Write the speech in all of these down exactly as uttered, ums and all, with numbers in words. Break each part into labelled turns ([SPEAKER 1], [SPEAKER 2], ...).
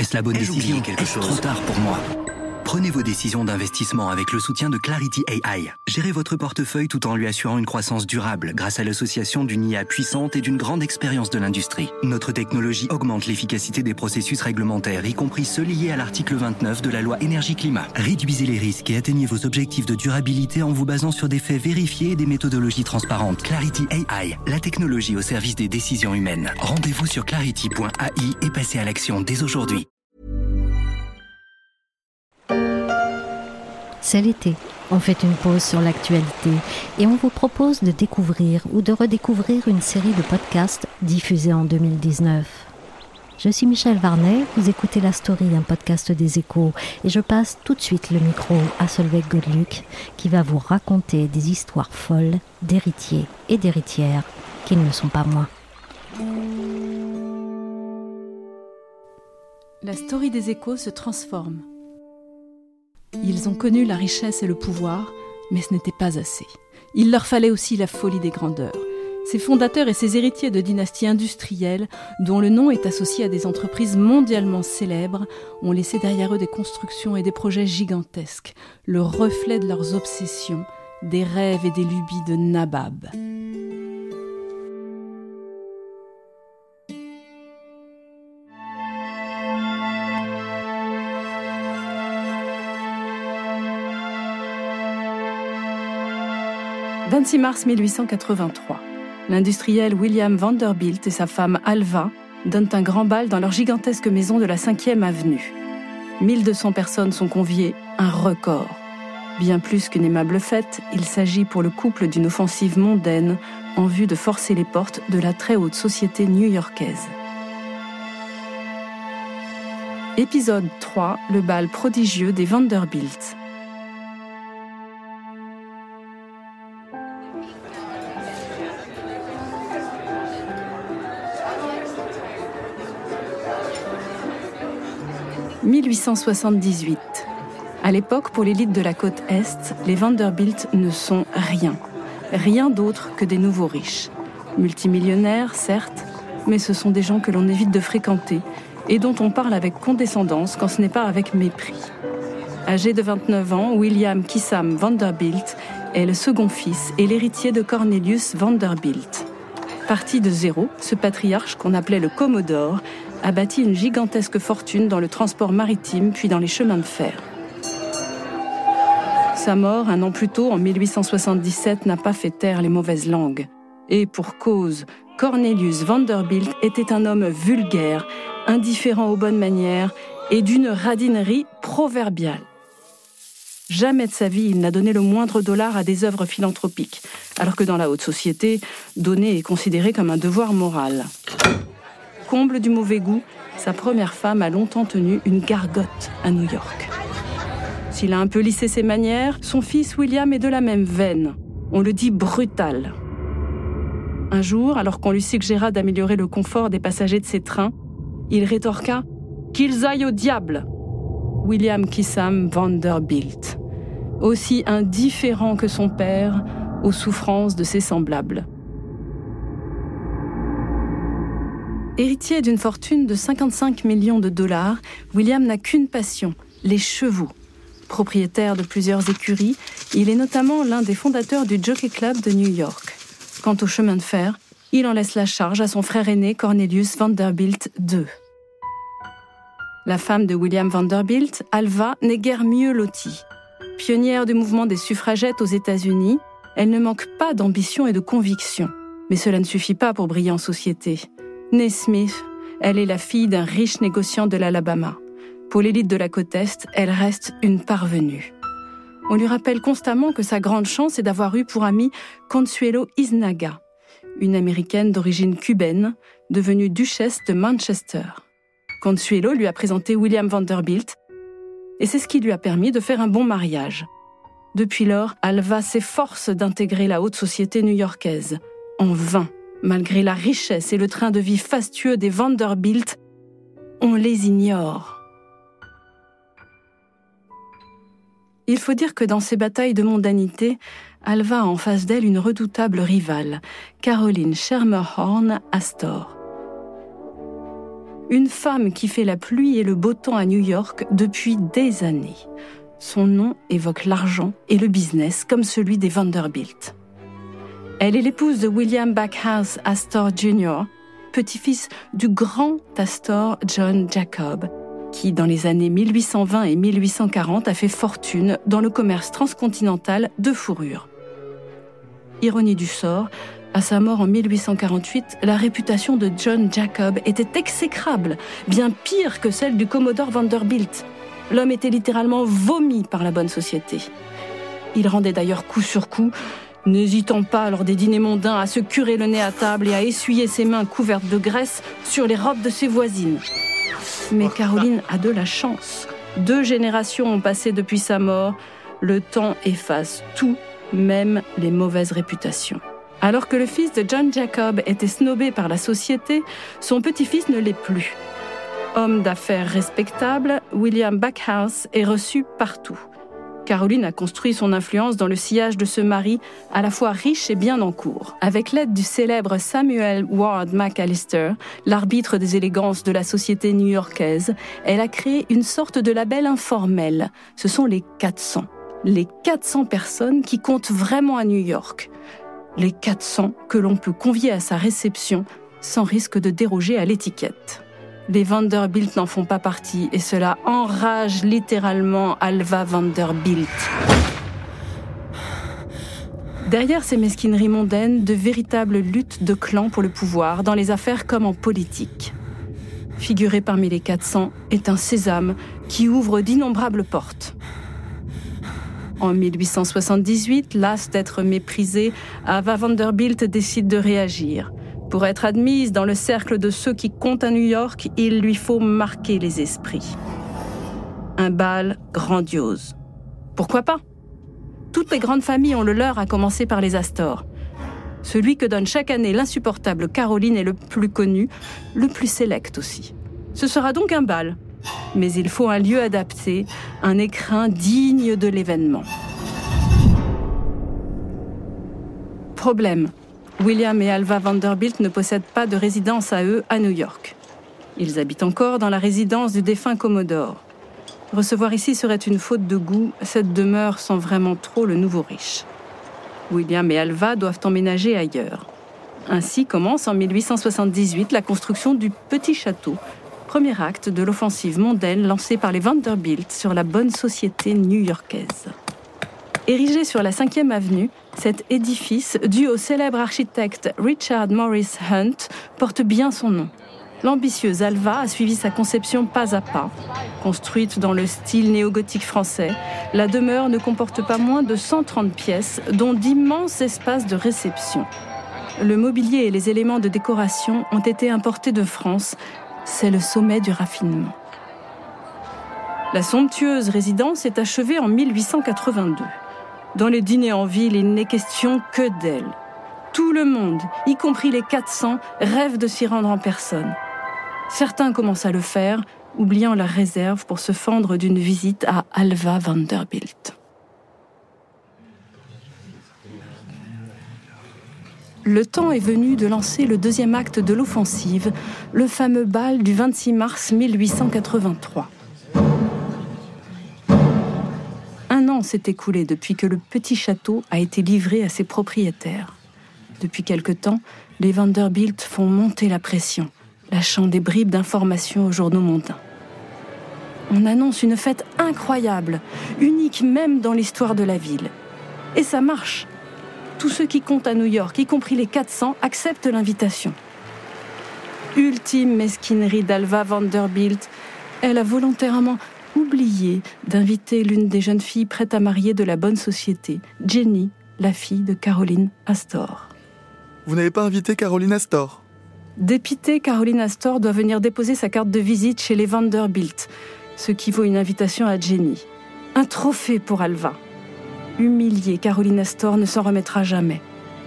[SPEAKER 1] Est-ce la bonne
[SPEAKER 2] Ai-je
[SPEAKER 1] décision?
[SPEAKER 2] oublié quelque
[SPEAKER 1] Est-ce
[SPEAKER 2] chose?
[SPEAKER 1] trop tard pour moi? Prenez vos décisions d'investissement avec le soutien de Clarity A I. Gérez votre portefeuille tout en lui assurant une croissance durable grâce à l'association d'une I A puissante et d'une grande expérience de l'industrie. Notre technologie augmente l'efficacité des processus réglementaires, y compris ceux liés à l'article vingt-neuf de la loi énergie-climat. Réduisez les risques et atteignez vos objectifs de durabilité en vous basant sur des faits vérifiés et des méthodologies transparentes. Clarity A I, la technologie au service des décisions humaines. Rendez-vous sur clarity point A I et passez à l'action dès aujourd'hui.
[SPEAKER 3] C'est l'été, on fait une pause sur l'actualité et on vous propose de découvrir ou de redécouvrir une série de podcasts diffusés en deux mille dix-neuf. Je suis Michel Varnet, vous écoutez La Story, un podcast des Échos, et je passe tout de suite le micro à Solveig Godluc qui va vous raconter des histoires folles d'héritiers et d'héritières qui ne le sont pas moins.
[SPEAKER 4] La Story des Échos se transforme. Ils ont connu la richesse et le pouvoir, mais ce n'était pas assez. Il leur fallait aussi la folie des grandeurs. Ces fondateurs et ces héritiers de dynasties industrielles, dont le nom est associé à des entreprises mondialement célèbres, ont laissé derrière eux des constructions et des projets gigantesques, le reflet de leurs obsessions, des rêves et des lubies de nababs. vingt-six mars mille huit cent quatre-vingt-trois. L'industriel William Vanderbilt et sa femme Alva donnent un grand bal dans leur gigantesque maison de la cinquième avenue. mille deux cents personnes sont conviées, un record. Bien plus qu'une aimable fête, il s'agit pour le couple d'une offensive mondaine en vue de forcer les portes de la très haute société new-yorkaise. Épisode trois, le bal prodigieux des Vanderbilt. mille huit cent soixante-dix-huit. À l'époque, pour l'élite de la côte Est, les Vanderbilt ne sont rien. Rien d'autre que des nouveaux riches. Multimillionnaires, certes, mais ce sont des gens que l'on évite de fréquenter et dont on parle avec condescendance quand ce n'est pas avec mépris. Âgé de vingt-neuf ans, William Kissam Vanderbilt est le second fils et l'héritier de Cornelius Vanderbilt. Parti de zéro, ce patriarche qu'on appelait le Commodore a bâti une gigantesque fortune dans le transport maritime puis dans les chemins de fer. Sa mort, un an plus tôt, en mille huit cent soixante-dix-sept, n'a pas fait taire les mauvaises langues. Et pour cause, Cornelius Vanderbilt était un homme vulgaire, indifférent aux bonnes manières et d'une radinerie proverbiale. Jamais de sa vie, il n'a donné le moindre dollar à des œuvres philanthropiques, alors que dans la haute société, donner est considéré comme un devoir moral. Comble du mauvais goût, sa première femme a longtemps tenu une gargote à New York. S'il a un peu lissé ses manières, son fils William est de la même veine. On le dit brutal. Un jour, alors qu'on lui suggéra d'améliorer le confort des passagers de ses trains, il rétorqua « Qu'ils aillent au diable !» William Kissam Vanderbilt, aussi indifférent que son père aux souffrances de ses semblables. Héritier d'une fortune de cinquante-cinq millions de dollars, William n'a qu'une passion, les chevaux. Propriétaire de plusieurs écuries, il est notamment l'un des fondateurs du Jockey Club de New York. Quant au chemin de fer, il en laisse la charge à son frère aîné Cornelius Vanderbilt deux. La femme de William Vanderbilt, Alva, n'est guère mieux lotie. Pionnière du mouvement des suffragettes aux États-Unis, elle ne manque pas d'ambition et de conviction. Mais cela ne suffit pas pour briller en société. Née Smith, elle est la fille d'un riche négociant de l'Alabama. Pour l'élite de la côte Est, elle reste une parvenue. On lui rappelle constamment que sa grande chance est d'avoir eu pour amie Consuelo Isnaga, une Américaine d'origine cubaine, devenue duchesse de Manchester. Consuelo lui a présenté William Vanderbilt, et c'est ce qui lui a permis de faire un bon mariage. Depuis lors, Alva s'efforce d'intégrer la haute société new-yorkaise. En vain. Malgré la richesse et le train de vie fastueux des Vanderbilt, on les ignore. Il faut dire que dans ces batailles de mondanité, Alva a en face d'elle une redoutable rivale, Caroline Schermerhorn Astor. Une femme qui fait la pluie et le beau temps à New York depuis des années. Son nom évoque l'argent et le business comme celui des Vanderbilt. Elle est l'épouse de William Backhouse Astor junior, petit-fils du grand Astor John Jacob, qui, dans les années mille huit cent vingt et mille huit cent quarante, a fait fortune dans le commerce transcontinental de fourrure. Ironie du sort, à sa mort en mille huit cent quarante-huit, la réputation de John Jacob était exécrable, bien pire que celle du commodore Vanderbilt. L'homme était littéralement vomi par la bonne société. Il rendait d'ailleurs coup sur coup, n'hésitant pas lors des dîners mondains à se curer le nez à table et à essuyer ses mains couvertes de graisse sur les robes de ses voisines. Mais Caroline a de la chance. Deux générations ont passé depuis sa mort. Le temps efface tout, même les mauvaises réputations. Alors que le fils de John Jacob était snobé par la société, son petit-fils ne l'est plus. Homme d'affaires respectable, William Backhouse est reçu partout. Caroline a construit son influence dans le sillage de ce mari à la fois riche et bien en cour. Avec l'aide du célèbre Samuel Ward McAllister, l'arbitre des élégances de la société new-yorkaise, elle a créé une sorte de label informel. Ce sont les quatre cents. Les quatre cents personnes qui comptent vraiment à New York. Les quatre cents que l'on peut convier à sa réception sans risque de déroger à l'étiquette. Les Vanderbilt n'en font pas partie et cela enrage littéralement Alva Vanderbilt. Derrière ces mesquineries mondaines, de véritables luttes de clans pour le pouvoir, dans les affaires comme en politique. Figurer parmi les quatre cents est un sésame qui ouvre d'innombrables portes. En mille huit cent soixante-dix-huit, lasse d'être méprisée, Ava Vanderbilt décide de réagir. Pour être admise dans le cercle de ceux qui comptent à New York, il lui faut marquer les esprits. Un bal grandiose. Pourquoi pas ? Toutes les grandes familles ont le leur, à commencer par les Astor. Celui que donne chaque année l'insupportable Caroline est le plus connu, le plus sélect aussi. Ce sera donc un bal. Mais il faut un lieu adapté, un écrin digne de l'événement. Problème. William et Alva Vanderbilt ne possèdent pas de résidence à eux à New York. Ils habitent encore dans la résidence du défunt Commodore. Recevoir ici serait une faute de goût, cette demeure sent vraiment trop le nouveau riche. William et Alva doivent emménager ailleurs. Ainsi commence en mille huit cent soixante-dix-huit la construction du Petit Château, premier acte de l'offensive mondaine lancée par les Vanderbilt sur la bonne société new-yorkaise. Érigé sur la cinquième avenue, cet édifice, dû au célèbre architecte Richard Morris Hunt, porte bien son nom. L'ambitieuse Alva a suivi sa conception pas à pas. Construite dans le style néo-gothique français, la demeure ne comporte pas moins de cent trente pièces, dont d'immenses espaces de réception. Le mobilier et les éléments de décoration ont été importés de France. C'est le sommet du raffinement. La somptueuse résidence est achevée en mille huit cent quatre-vingt-deux. Dans les dîners en ville, il n'est question que d'elle. Tout le monde, y compris les quatre cents, rêve de s'y rendre en personne. Certains commencent à le faire, oubliant leur réserve pour se fendre d'une visite à Alva Vanderbilt. Le temps est venu de lancer le deuxième acte de l'offensive, le fameux bal du vingt-six mars mille huit cent quatre-vingt-trois. Un an s'est écoulé depuis que le petit château a été livré à ses propriétaires. Depuis quelque temps, les Vanderbilt font monter la pression, lâchant des bribes d'informations aux journaux mondains. On annonce une fête incroyable, unique même dans l'histoire de la ville. Et ça marche. Tous ceux qui comptent à New York, y compris les quatre cents, acceptent l'invitation. Ultime mesquinerie d'Alva Vanderbilt, elle a volontairement oublié d'inviter l'une des jeunes filles prêtes à marier de la bonne société, Jenny, la fille de Caroline Astor.
[SPEAKER 2] Vous n'avez pas invité Caroline Astor ?
[SPEAKER 4] Dépitée, Caroline Astor doit venir déposer sa carte de visite chez les Vanderbilt, ce qui vaut une invitation à Jenny. Un trophée pour Alva. Humiliée, Caroline Astor ne s'en remettra jamais.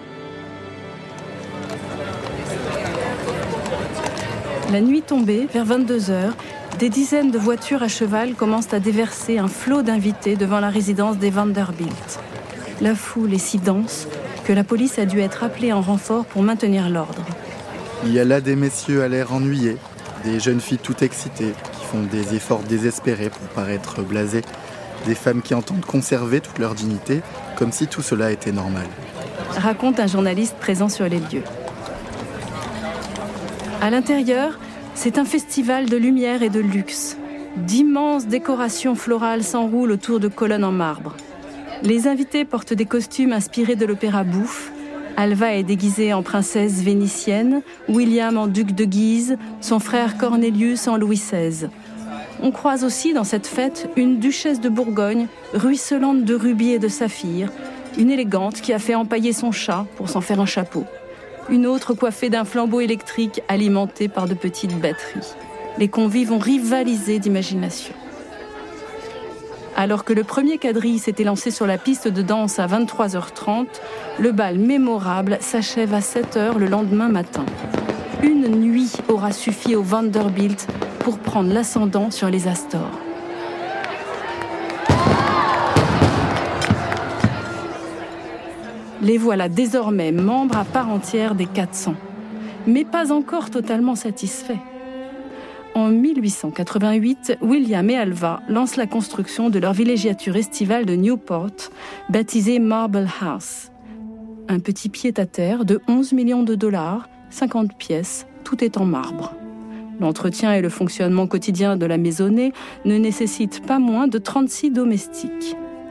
[SPEAKER 4] La nuit tombée, vers vingt-deux heures, des dizaines de voitures à cheval commencent à déverser un flot d'invités devant la résidence des Vanderbilt. La foule est si dense que la police a dû être appelée en renfort pour maintenir l'ordre.
[SPEAKER 2] Il y a là des messieurs à l'air ennuyés, Des jeunes filles tout excitées, qui font des efforts désespérés pour paraître blasées. Des femmes qui entendent conserver toute leur dignité, comme si tout cela était normal.
[SPEAKER 4] Raconte un journaliste présent sur les lieux. À l'intérieur, c'est un festival de lumière et de luxe. D'immenses décorations florales s'enroulent autour de colonnes en marbre. Les invités portent des costumes inspirés de l'opéra bouffe. Alva est déguisée en princesse vénitienne, William en duc de Guise, son frère Cornelius en Louis seize. On croise aussi dans cette fête une duchesse de Bourgogne, ruisselante de rubis et de saphirs, une élégante qui a fait empailler son chat pour s'en faire un chapeau, une autre coiffée d'un flambeau électrique alimenté par de petites batteries. Les convives ont rivalisé d'imagination. Alors que le premier quadrille s'était lancé sur la piste de danse à vingt-trois heures trente, le bal mémorable s'achève à sept heures le lendemain matin. Une nuit aura suffi aux Vanderbilt pour prendre l'ascendant sur les Astor. Les voilà désormais membres à part entière des quatre cents, mais pas encore totalement satisfaits. En mille huit cent quatre-vingt-huit, William et Alva lancent la construction de leur villégiature estivale de Newport, baptisée Marble House. Un petit pied-à-terre de onze millions de dollars, cinquante pièces, tout est en marbre. L'entretien et le fonctionnement quotidien de la maisonnée ne nécessitent pas moins de trente-six domestiques.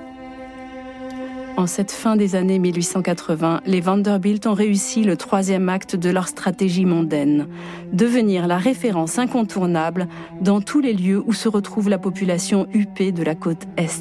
[SPEAKER 4] En cette fin des années mille huit cent quatre-vingts, les Vanderbilt ont réussi le troisième acte de leur stratégie mondaine, devenir la référence incontournable dans tous les lieux où se retrouve la population huppée de la côte Est.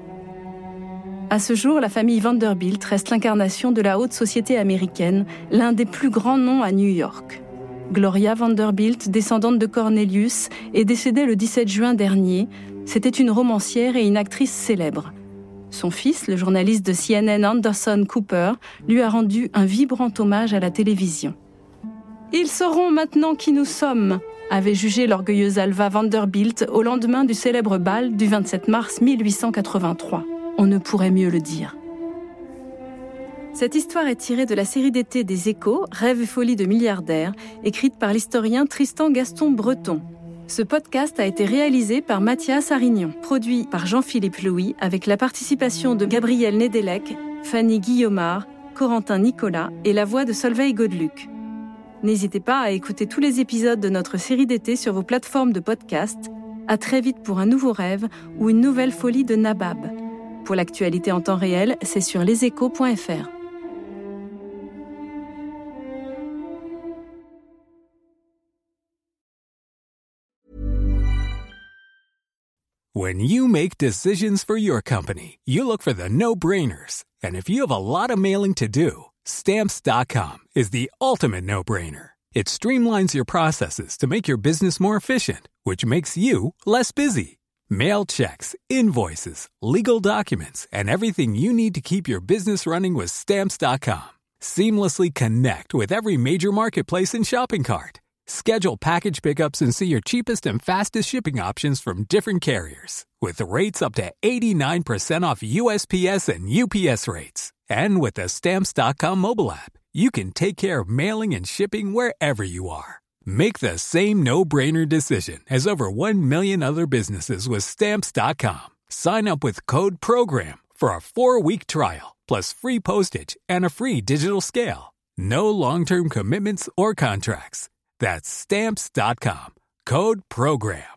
[SPEAKER 4] À ce jour, la famille Vanderbilt reste l'incarnation de la haute société américaine, l'un des plus grands noms à New York. Gloria Vanderbilt, descendante de Cornelius, est décédée le dix-sept juin dernier. C'était une romancière et une actrice célèbre. Son fils, le journaliste de C N N Anderson Cooper, lui a rendu un vibrant hommage à la télévision. « Ils sauront maintenant qui nous sommes », avait jugé l'orgueilleuse Alva Vanderbilt au lendemain du célèbre bal du vingt-sept mars mille huit cent quatre-vingt-trois. On ne pourrait mieux le dire. Cette histoire est tirée de la série d'été des Échos, Rêves et folies de milliardaires, écrite par l'historien Tristan Gaston Breton. Ce podcast a été réalisé par Mathias Arignon, produit par Jean-Philippe Louis, avec la participation de Gabriel Nedelec, Fanny Guillaumard, Corentin Nicolas et la voix de Solveig Godeluc. N'hésitez pas à écouter tous les épisodes de notre série d'été sur vos plateformes de podcast. À très vite pour un nouveau rêve ou une nouvelle folie de Nabab. Pour l'actualité en temps réel, c'est sur leséchos point f r.
[SPEAKER 5] When you make decisions for your company, you look for the no-brainers. And if you have a lot of mailing to do, Stamps dot com is the ultimate no-brainer. It streamlines your processes to make your business more efficient, which makes you less busy. Mail checks, invoices, legal documents, and everything you need to keep your business running with Stamps dot com. Seamlessly connect with every major marketplace and shopping cart. Schedule package pickups and see your cheapest and fastest shipping options from different carriers. With rates up to eighty-nine percent off U S P S and U P S rates. And with the Stamps dot com mobile app, you can take care of mailing and shipping wherever you are. Make the same no-brainer decision as over one million other businesses with Stamps dot com. Sign up with code PROGRAM for a four-week trial, plus free postage and a free digital scale. No long-term commitments or contracts. That's Stamps dot com. Code PROGRAM.